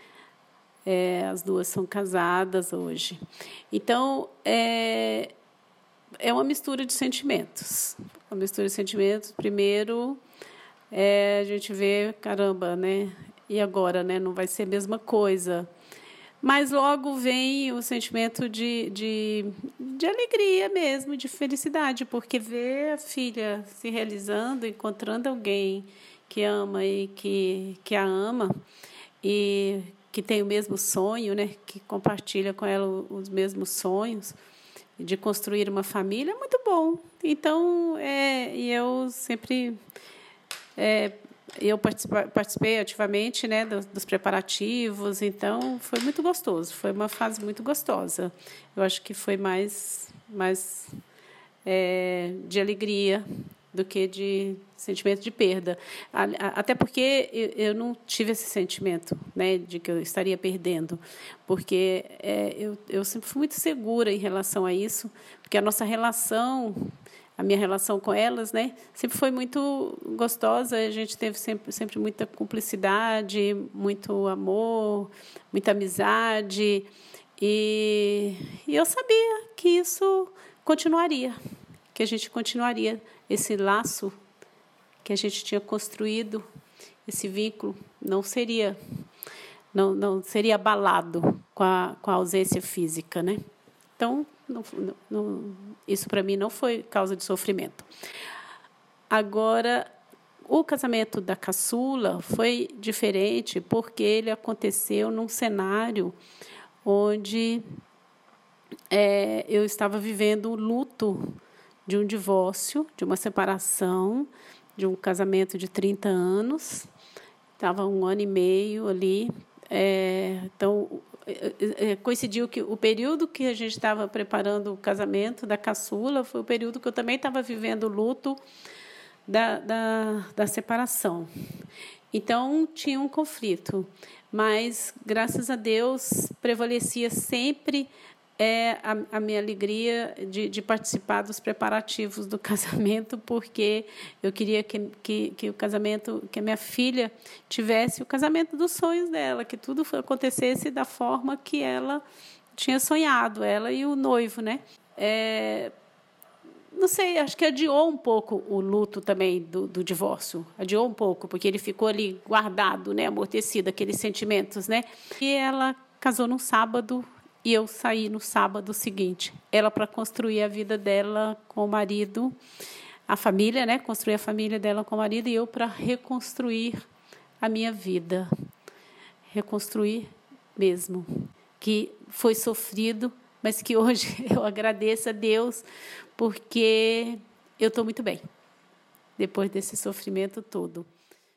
É, as duas são casadas hoje. Então, é, é uma mistura de sentimentos. Uma mistura de sentimentos. Primeiro, é, a gente vê, caramba, né? E agora, né? Não vai ser a mesma coisa. Mas logo vem o sentimento de, de, de alegria mesmo, de felicidade, porque ver a filha se realizando, encontrando alguém que ama e que, que a ama, e que tem o mesmo sonho, né? Que compartilha com ela os mesmos sonhos, de construir uma família, é muito bom. Então, é, e eu sempre... É, eu participei, participei ativamente, né, dos, dos preparativos, então foi muito gostoso, foi uma fase muito gostosa. Eu acho que foi mais, mais é, de alegria do que de sentimento de perda. Até porque eu, eu não tive esse sentimento, né, de que eu estaria perdendo, porque é, eu, eu sempre fui muito segura em relação a isso, porque a nossa relação... A minha relação com elas, né, sempre foi muito gostosa. A gente teve sempre, sempre muita cumplicidade, muito amor, muita amizade. E, e eu sabia que isso continuaria, que a gente continuaria esse laço que a gente tinha construído, esse vínculo não seria, não, não seria abalado com a, com a ausência física, né? Então, Não, não, isso para mim não foi causa de sofrimento. Agora, o casamento da caçula foi diferente porque ele aconteceu num cenário onde é, eu estava vivendo o luto de um divórcio, de uma separação, de um casamento de trinta anos. estava um ano e meio ali. É, então, coincidiu que o período que a gente estava preparando o casamento da caçula foi o período que eu também estava vivendo o luto da, da, da separação. Então, tinha um conflito, mas, graças a Deus, prevalecia sempre é, a, a minha alegria de, de participar dos preparativos do casamento, porque eu queria que, que, que o casamento, que a minha filha tivesse o casamento dos sonhos dela, que tudo acontecesse da forma que ela tinha sonhado, ela e o noivo, né? É, não sei, acho que adiou um pouco o luto também do, do divórcio, adiou um pouco, porque ele ficou ali guardado, né, amortecido, aqueles sentimentos, né? E ela casou no sábado e eu saí no sábado seguinte. Ela para construir a vida dela com o marido, a família, né, construir a família dela com o marido, e eu para reconstruir a minha vida, reconstruir mesmo, que foi sofrido, mas que hoje eu agradeço a Deus, porque eu estou muito bem, depois desse sofrimento todo.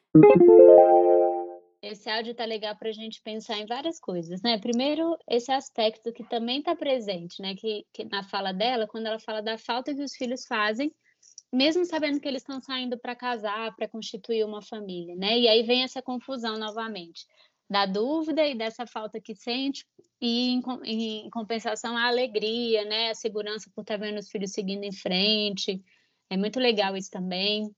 Esse áudio está legal para a gente pensar em várias coisas, né? Primeiro, esse aspecto que também está presente, né? Que, que na fala dela, quando ela fala da falta que os filhos fazem, mesmo sabendo que eles estão saindo para casar, para constituir uma família, né? E aí vem essa confusão novamente, da dúvida e dessa falta que sente, e em, em compensação a alegria, né? A segurança por estar vendo os filhos seguindo em frente. É muito legal isso também.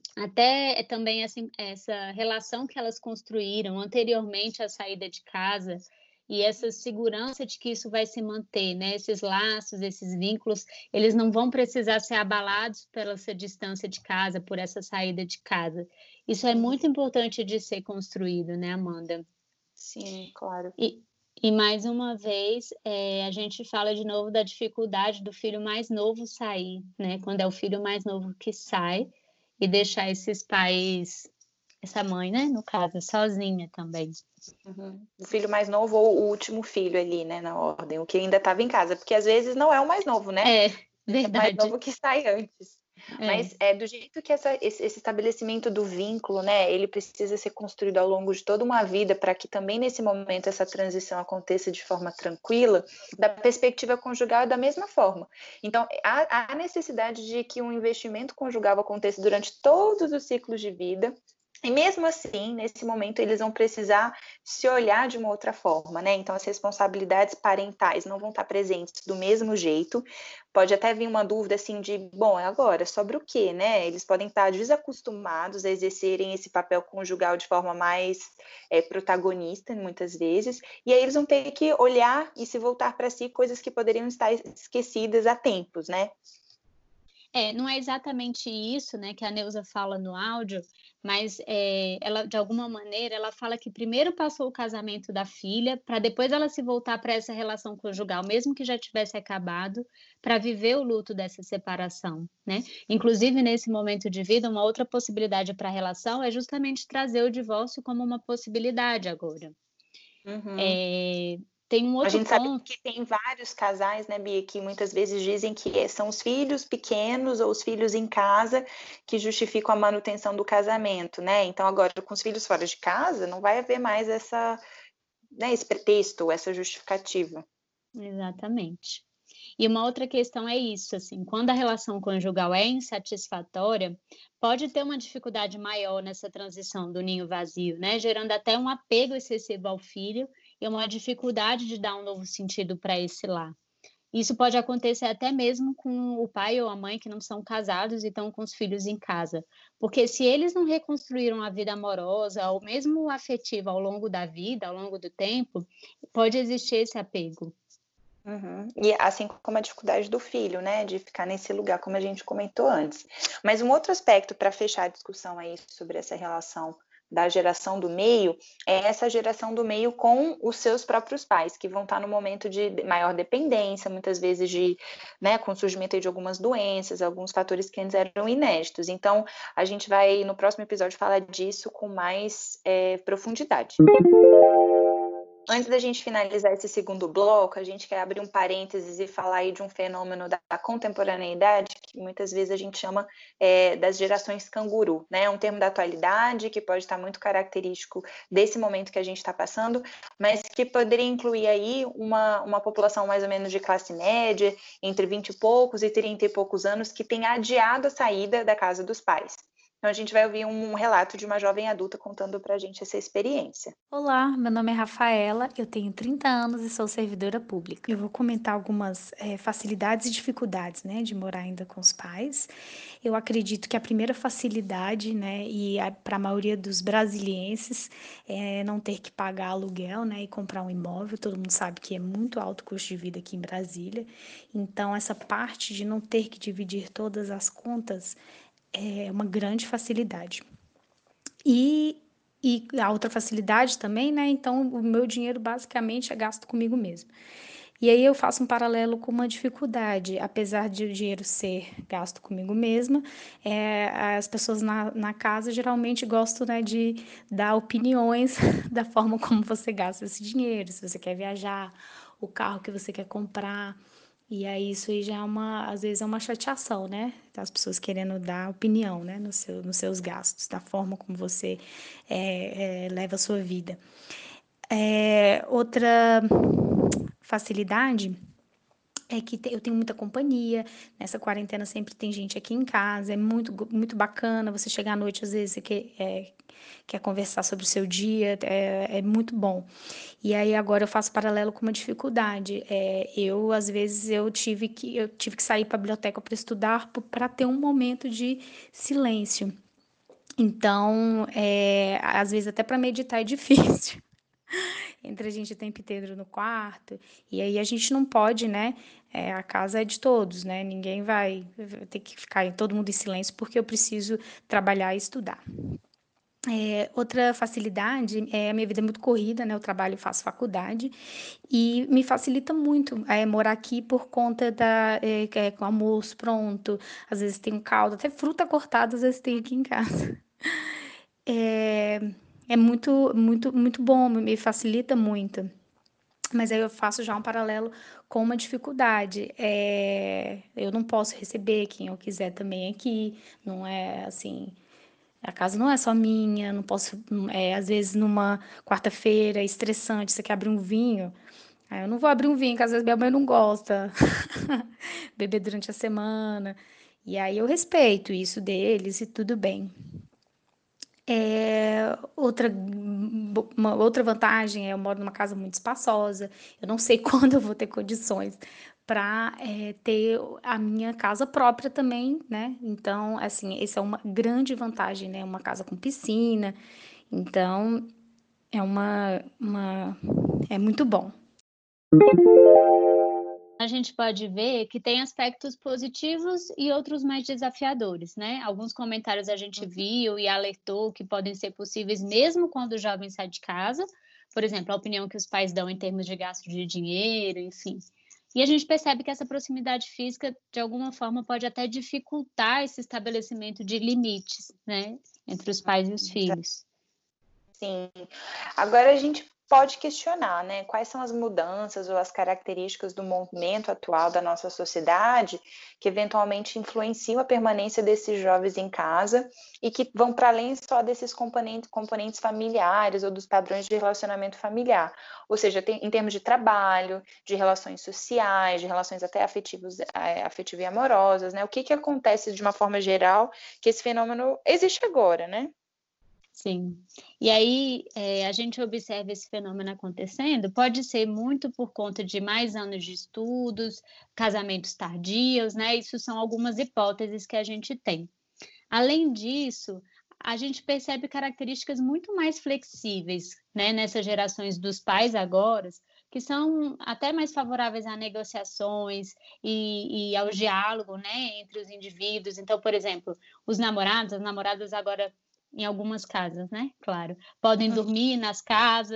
Até também essa, essa relação que elas construíram anteriormente à saída de casa, e essa segurança de que isso vai se manter, né? Esses laços, esses vínculos, eles não vão precisar ser abalados pela essa distância de casa, por essa saída de casa. Isso é muito importante de ser construído, né, Amanda? Sim, claro. E, e mais uma vez, é, a gente fala de novo da dificuldade do filho mais novo sair, né? Quando é o filho mais novo que sai, e deixar esses pais, essa mãe, né, no caso, sozinha também. Uhum. O filho mais novo ou o último filho ali, né, na ordem, o que ainda estava em casa, porque às vezes não é o mais novo, né? É, verdade. É o mais novo que sai antes. É. Mas é do jeito que essa, esse, esse estabelecimento do vínculo, né, ele precisa ser construído ao longo de toda uma vida para que também nesse momento essa transição aconteça de forma tranquila, da perspectiva conjugal é da mesma forma. Então, há, há necessidade de que um investimento conjugal aconteça durante todos os ciclos de vida. E mesmo assim, nesse momento, eles vão precisar se olhar de uma outra forma, né? Então, as responsabilidades parentais não vão estar presentes do mesmo jeito. Pode até vir uma dúvida, assim, de, bom, agora, sobre o quê, né? Eles podem estar desacostumados a exercerem esse papel conjugal de forma mais é, protagonista, muitas vezes, e aí eles vão ter que olhar e se voltar para si coisas que poderiam estar esquecidas há tempos, né? É, não é exatamente isso, né, que a Neuza fala no áudio, mas é, ela, de alguma maneira, ela fala que primeiro passou o casamento da filha, para depois ela se voltar para essa relação conjugal, mesmo que já tivesse acabado, para viver o luto dessa separação, né? Inclusive, nesse momento de vida, uma outra possibilidade para a relação é justamente trazer o divórcio como uma possibilidade agora. Uhum. É... Tem um outro a gente ponto. sabe que tem vários casais, né, Bia, que muitas vezes dizem que são os filhos pequenos ou os filhos em casa que justificam a manutenção do casamento, né? Então, agora, com os filhos fora de casa, não vai haver mais essa, né, esse pretexto, essa justificativa. Exatamente. E uma outra questão é isso, assim, quando a relação conjugal é insatisfatória, pode ter uma dificuldade maior nessa transição do ninho vazio, né? Gerando até um apego excessivo ao filho e uma dificuldade de dar um novo sentido para esse lar. Isso pode acontecer até mesmo com o pai ou a mãe que não são casados e estão com os filhos em casa. Porque se eles não reconstruíram a vida amorosa ou mesmo afetiva ao longo da vida, ao longo do tempo, pode existir esse apego. Uhum. E assim como a dificuldade do filho, né, de ficar nesse lugar, como a gente comentou antes. Mas um outro aspecto para fechar a discussão aí sobre essa relação da geração do meio é essa geração do meio com os seus próprios pais, que vão estar no momento de maior dependência, muitas vezes de, né, com o surgimento de algumas doenças, alguns fatores que antes eram inéditos. Então, a gente vai, no próximo episódio, falar disso com mais é, profundidade. Antes da gente finalizar esse segundo bloco, a gente quer abrir um parênteses e falar aí de um fenômeno da contemporaneidade, que muitas vezes a gente chama é, das gerações canguru, né? É um termo da atualidade que pode estar muito característico desse momento que a gente está passando, mas que poderia incluir aí uma, uma população mais ou menos de classe média, entre vinte e poucos e trinta e poucos anos, que tem adiado a saída da casa dos pais. Então, a gente vai ouvir um relato de uma jovem adulta contando para a gente essa experiência. Olá, meu nome é Rafaela, eu tenho trinta anos e sou servidora pública. Eu vou comentar algumas é, facilidades e dificuldades, né, de morar ainda com os pais. Eu acredito que a primeira facilidade, né, e para a maioria dos brasilienses, é não ter que pagar aluguel, né, e comprar um imóvel. Todo mundo sabe que é muito alto o custo de vida aqui em Brasília. Então, essa parte de não ter que dividir todas as contas é uma grande facilidade. E, e a outra facilidade também, né? Então, o meu dinheiro basicamente é gasto comigo mesmo. E aí eu faço um paralelo com uma dificuldade. Apesar de o dinheiro ser gasto comigo mesma, é, as pessoas na, na casa geralmente gostam, né, de dar opiniões da forma como você gasta esse dinheiro, se você quer viajar, o carro que você quer comprar. E aí isso aí já é uma, às vezes é uma chateação, né? Das pessoas querendo dar opinião, né? No seu, nos seus gastos, da forma como você é, é, leva a sua vida. É, outra facilidade é que eu tenho muita companhia. Nessa quarentena sempre tem gente aqui em casa, é muito, muito bacana. Você chegar à noite, às vezes, você quer, é, quer conversar sobre o seu dia, é, é muito bom. E aí agora eu faço paralelo com uma dificuldade. É, eu, às vezes, eu tive que, eu tive que sair para a biblioteca para estudar, para ter um momento de silêncio. Então, é, às vezes até para meditar é difícil. Entre a gente tem pitedro no quarto, e aí a gente não pode, né? É, a casa é de todos, né? Ninguém vai ter que ficar todo mundo em silêncio, porque eu preciso trabalhar e estudar. É, outra facilidade é a minha vida é muito corrida, né? Eu trabalho e faço faculdade e me facilita muito é, morar aqui por conta da é, é, com almoço pronto, às vezes tem um caldo, até fruta cortada às vezes tem aqui em casa. É, é muito, muito, muito bom, me facilita muito. Mas aí eu faço já um paralelo com uma dificuldade. É, eu não posso receber quem eu quiser também aqui, não é assim. A casa não é só minha, não posso. É, às vezes, numa quarta-feira é estressante, você quer abrir um vinho. Aí eu não vou abrir um vinho, que às vezes minha mãe não gosta. Beber durante a semana. E aí eu respeito isso deles e tudo bem. É, outra, uma outra vantagem é eu moro numa casa muito espaçosa. Eu não sei quando eu vou ter condições para é, ter a minha casa própria também, né? Então, assim, essa é uma grande vantagem, né? Uma casa com piscina. Então, é uma, uma é muito bom. A gente pode ver que tem aspectos positivos e outros mais desafiadores, né? Alguns comentários a gente viu e alertou que podem ser possíveis mesmo quando o jovem sai de casa. Por exemplo, a opinião que os pais dão em termos de gasto de dinheiro, enfim. E a gente percebe que essa proximidade física, de alguma forma, pode até dificultar esse estabelecimento de limites, né? Entre os pais e os filhos. Sim. Agora a gente pode questionar, né, quais são as mudanças ou as características do momento atual da nossa sociedade que eventualmente influenciam a permanência desses jovens em casa e que vão para além só desses componentes, componentes familiares ou dos padrões de relacionamento familiar, ou seja, tem, em termos de trabalho, de relações sociais, de relações até afetivos, afetivas e amorosas, né, o que que acontece de uma forma geral que esse fenômeno existe agora, né? Sim. E aí, é, a gente observa esse fenômeno acontecendo, pode ser muito por conta de mais anos de estudos, casamentos tardios, né? Isso são algumas hipóteses que a gente tem. Além disso, a gente percebe características muito mais flexíveis, né, nessas gerações dos pais agora, que são até mais favoráveis a negociações e, e ao diálogo, né, entre os indivíduos. Então, por exemplo, os namorados, as namoradas agora em algumas casas, né? Claro. Podem dormir nas casas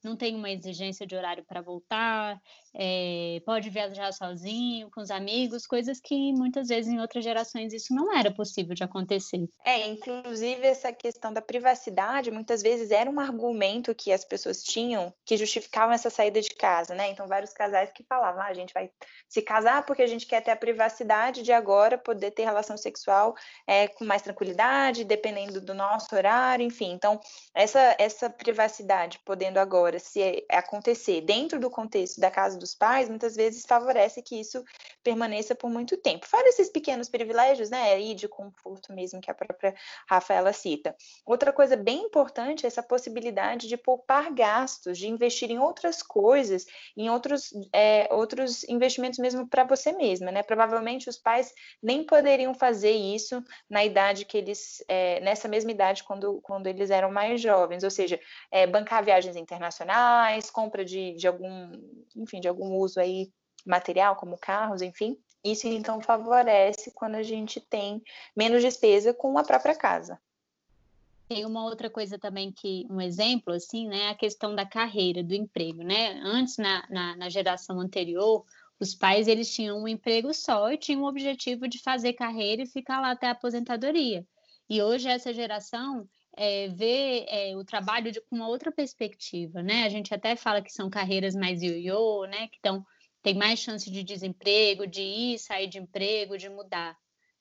não tem uma exigência de horário para voltar, é, pode viajar sozinho, com os amigos, coisas que muitas vezes em outras gerações isso não era possível de acontecer. É, inclusive essa questão da privacidade, muitas vezes era um argumento que as pessoas tinham que justificavam essa saída de casa, né? Então, vários casais que falavam, ah, a gente vai se casar porque a gente quer ter a privacidade de agora poder ter relação sexual é, com mais tranquilidade, dependendo do nosso horário, enfim. Então, essa, essa privacidade podendo agora se acontecer dentro do contexto da casa dos pais, muitas vezes favorece que isso permaneça por muito tempo. Fora esses pequenos privilégios, né, aí de conforto mesmo que a própria Rafaela cita. Outra coisa bem importante é essa possibilidade de poupar gastos, de investir em outras coisas, em outros, é, outros investimentos mesmo para você mesma, né? Provavelmente os pais nem poderiam fazer isso na idade que eles, é, nessa mesma idade quando, quando eles eram mais jovens, ou seja, é, bancar viagens internacionais, compra de, de algum, enfim, de algum uso aí material, como carros, enfim. Isso, então, favorece quando a gente tem menos despesa com a própria casa. Tem uma outra coisa também que, um exemplo, assim, né, a questão da carreira, do emprego, né? Antes, na, na, na geração anterior, os pais, eles tinham um emprego só e tinham o objetivo de fazer carreira e ficar lá até a aposentadoria. E hoje, essa geração é, vê é, o trabalho de, com uma outra perspectiva, né? A gente até fala que são carreiras mais ioiô, né? Que tão, tem mais chance de desemprego, de ir, sair de emprego, de mudar.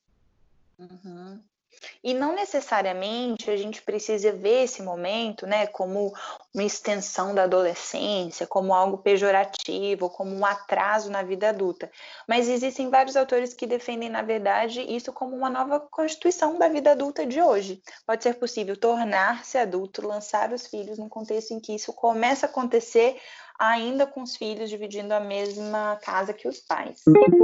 Uhum. E não necessariamente a gente precisa ver esse momento, né, como uma extensão da adolescência, como algo pejorativo, como um atraso na vida adulta. Mas existem vários autores que defendem, na verdade, isso como uma nova constituição da vida adulta de hoje. Pode ser possível tornar-se adulto, lançar os filhos num contexto em que isso começa a acontecer ainda com os filhos dividindo a mesma casa que os pais.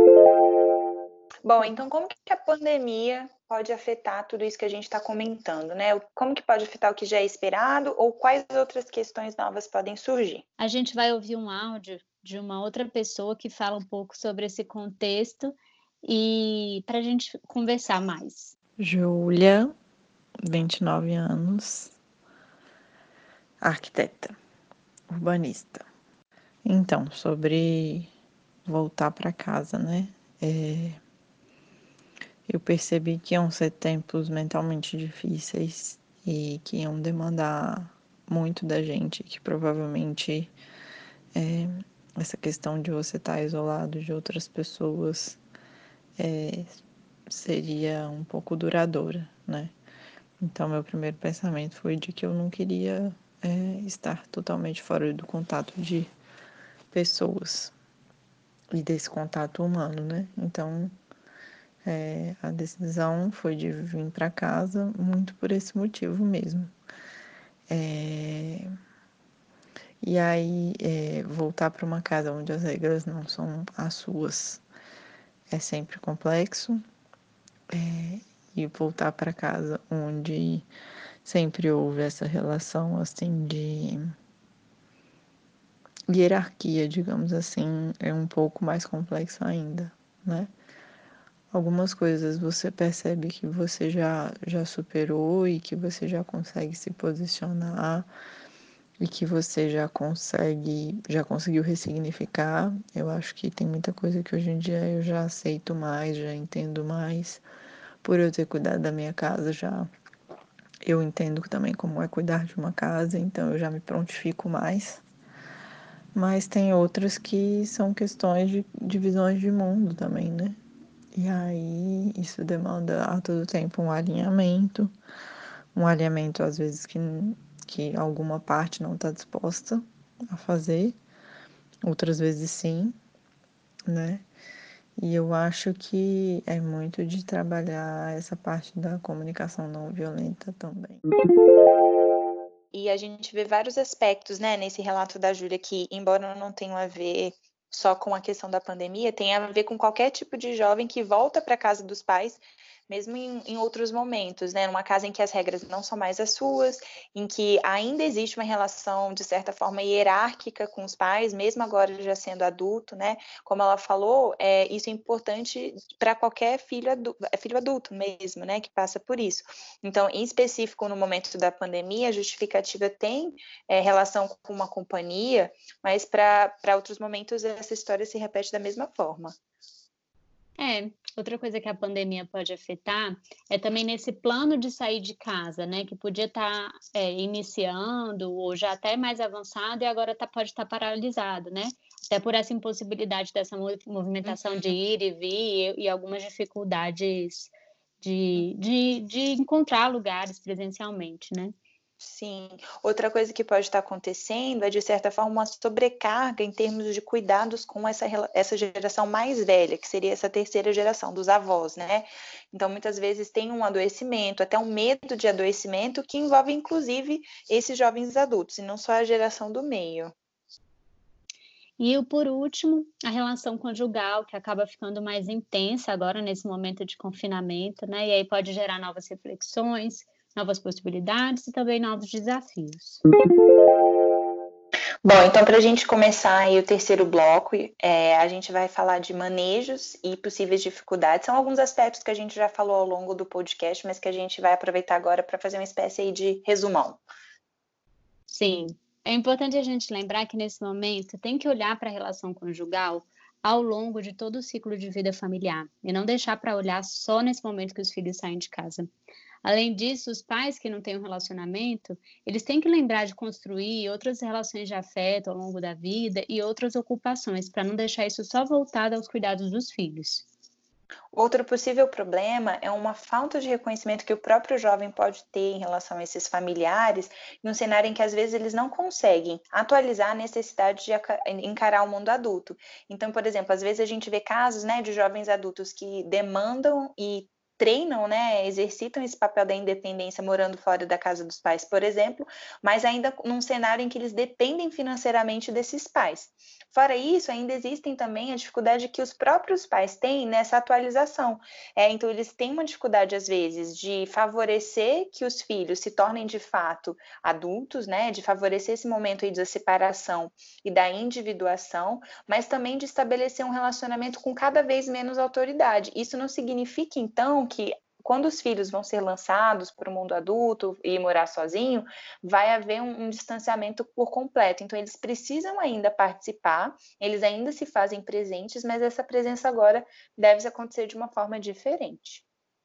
Bom, então como que a pandemia pode afetar tudo isso que a gente está comentando, né? Como que pode afetar o que já é esperado ou quais outras questões novas podem surgir? A gente vai ouvir um áudio de uma outra pessoa que fala um pouco sobre esse contexto e para a gente conversar mais. Júlia, vinte e nove anos, arquiteta, urbanista. Então, sobre voltar para casa, né? É... Eu percebi que iam ser tempos mentalmente difíceis e que iam demandar muito da gente, que provavelmente é, essa questão de você estar isolado de outras pessoas é, seria um pouco duradoura, né? Então, meu primeiro pensamento foi de que eu não queria é, estar totalmente fora do contato de pessoas e desse contato humano, né? Então, É, a decisão foi de vir para casa muito por esse motivo mesmo. É, e aí, é, voltar para uma casa onde as regras não são as suas é sempre complexo. É, e voltar para casa onde sempre houve essa relação assim de hierarquia, digamos assim, é um pouco mais complexo ainda, né? Algumas coisas você percebe que você já, já superou e que você já consegue se posicionar e que você já consegue, já conseguiu ressignificar. Eu acho que tem muita coisa que hoje em dia eu já aceito mais, já entendo mais. Por eu ter cuidado da minha casa, já eu entendo também como é cuidar de uma casa, então eu já me prontifico mais. Mas tem outras que são questões de, de visões de mundo também, né? E aí, isso demanda a todo tempo um alinhamento, um alinhamento às vezes que, que alguma parte não está disposta a fazer, outras vezes sim, né? E eu acho que é muito de trabalhar essa parte da comunicação não violenta também. E a gente vê vários aspectos, né, nesse relato da Júlia que, embora não tenham a ver só com a questão da pandemia, tem a ver com qualquer tipo de jovem que volta para a casa dos pais, mesmo em, em outros momentos, né? Numa casa em que as regras não são mais as suas, em que ainda existe uma relação, de certa forma, hierárquica com os pais, mesmo agora já sendo adulto, né? Como ela falou, é, isso é importante para qualquer filho adulto, filho adulto mesmo, né? Que passa por isso. Então, em específico, no momento da pandemia, a justificativa tem é, relação com uma companhia, mas para outros momentos essa história se repete da mesma forma. É, outra coisa que a pandemia pode afetar é também nesse plano de sair de casa, né? Que podia estar é, iniciando ou já até mais avançado e agora tá, pode estar paralisado, né? Até por essa impossibilidade dessa movimentação de ir e vir e, e algumas dificuldades de, de, de encontrar lugares presencialmente, né? Sim, outra coisa que pode estar acontecendo é, de certa forma, uma sobrecarga em termos de cuidados com essa, essa geração mais velha, que seria essa terceira geração dos avós, né? Então, muitas vezes tem um adoecimento, até um medo de adoecimento, que envolve, inclusive, esses jovens adultos, e não só a geração do meio. E, por último, a relação conjugal, que acaba ficando mais intensa agora nesse momento de confinamento, né? E aí pode gerar novas reflexões, novas possibilidades e também novos desafios. Bom, então para a gente começar aí o terceiro bloco, é, a gente vai falar de manejos e possíveis dificuldades. São alguns aspectos que a gente já falou ao longo do podcast, mas que a gente vai aproveitar agora para fazer uma espécie aí de resumão. Sim, é importante a gente lembrar que nesse momento tem que olhar para a relação conjugal ao longo de todo o ciclo de vida familiar e não deixar para olhar só nesse momento que os filhos saem de casa. Além disso, os pais que não têm um relacionamento, eles têm que lembrar de construir outras relações de afeto ao longo da vida e outras ocupações, para não deixar isso só voltado aos cuidados dos filhos. Outro possível problema é uma falta de reconhecimento que o próprio jovem pode ter em relação a esses familiares, num cenário em que às vezes eles não conseguem atualizar a necessidade de encarar o mundo adulto. Então, por exemplo, às vezes a gente vê casos, né, de jovens adultos que demandam e treinam, né, exercitam esse papel da independência morando fora da casa dos pais, por exemplo, mas ainda num cenário em que eles dependem financeiramente desses pais. Fora isso, ainda existem também a dificuldade que os próprios pais têm nessa atualização. É, então, eles têm uma dificuldade, às vezes, de favorecer que os filhos se tornem, de fato, adultos, né, de favorecer esse momento aí da separação e da individuação, mas também de estabelecer um relacionamento com cada vez menos autoridade. Isso não significa, então, que quando os filhos vão ser lançados para o mundo adulto e morar sozinho, vai haver um, um distanciamento por completo. Então, eles precisam ainda participar, eles ainda se fazem presentes, mas essa presença agora deve acontecer de uma forma diferente.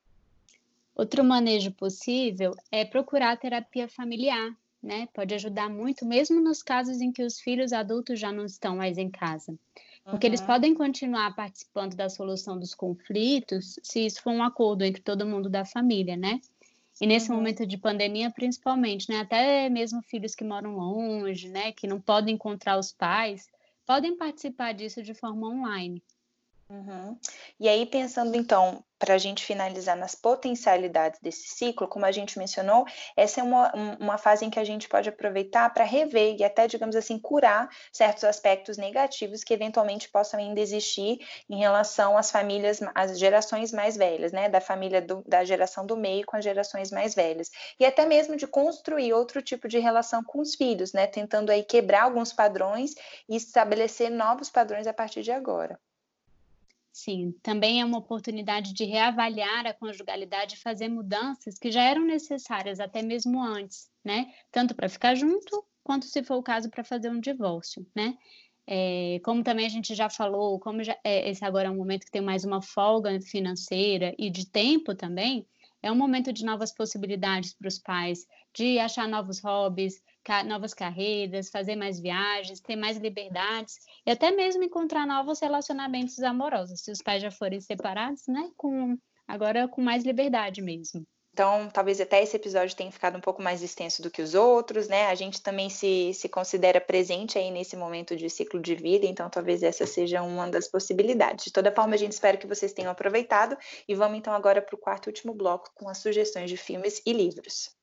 Outro manejo possível é procurar terapia familiar, né? Pode ajudar muito, mesmo nos casos em que os filhos adultos já não estão mais em casa. Porque uhum. eles podem continuar participando da solução dos conflitos se isso for um acordo entre todo mundo da família, né? E nesse uhum. momento de pandemia, principalmente, né? Até mesmo filhos que moram longe, né? Que não podem encontrar os pais, podem participar disso de forma online. Uhum. E aí, pensando então, para a gente finalizar nas potencialidades desse ciclo, como a gente mencionou, essa é uma, uma fase em que a gente pode aproveitar para rever e até, digamos assim, curar certos aspectos negativos que eventualmente possam ainda existir em relação às famílias, às gerações mais velhas, né? Da família do, da geração do meio com as gerações mais velhas. E até mesmo de construir outro tipo de relação com os filhos, né? Tentando aí quebrar alguns padrões e estabelecer novos padrões a partir de agora. Sim, também é uma oportunidade de reavaliar a conjugalidade e fazer mudanças que já eram necessárias até mesmo antes, né? Tanto para ficar junto, quanto se for o caso para fazer um divórcio, né? É, como também a gente já falou, como já, é, esse agora é um momento que tem mais uma folga financeira e de tempo também, é um momento de novas possibilidades para os pais, de achar novos hobbies, ca- novas carreiras, fazer mais viagens, ter mais liberdades e até mesmo encontrar novos relacionamentos amorosos, se os pais já forem separados, né? Com, agora com mais liberdade mesmo. Então, talvez até esse episódio tenha ficado um pouco mais extenso do que os outros, né? A gente também se, se considera presente aí nesse momento de ciclo de vida, então talvez essa seja uma das possibilidades. De toda forma, a gente espera que vocês tenham aproveitado e vamos então agora para o quarto e último bloco com as sugestões de filmes e livros.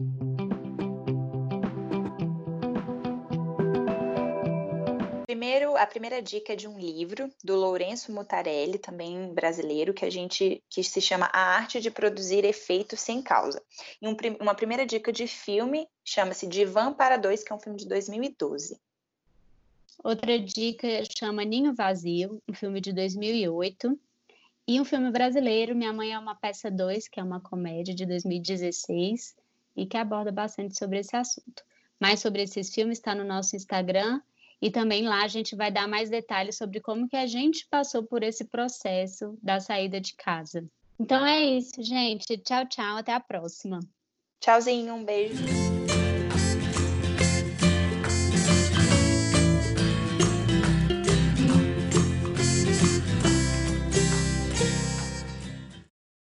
primeiro, a primeira dica é de um livro do Lourenço Mutarelli, também brasileiro, que a gente que se chama A Arte de Produzir Efeitos Sem Causa. E um, uma primeira dica de filme chama-se Divã para Dois, que é um filme de dois mil e doze. Outra dica chama Ninho Vazio, um filme de dois mil e oito. E um filme brasileiro, Minha Mãe é uma Peça dois, que é uma comédia de dois mil e dezesseis e que aborda bastante sobre esse assunto. Mais sobre esses filmes está no nosso Instagram e também lá a gente vai dar mais detalhes sobre como que a gente passou por esse processo da saída de casa. Então é isso, gente. Tchau, tchau. Até a próxima. Tchauzinho, um beijo.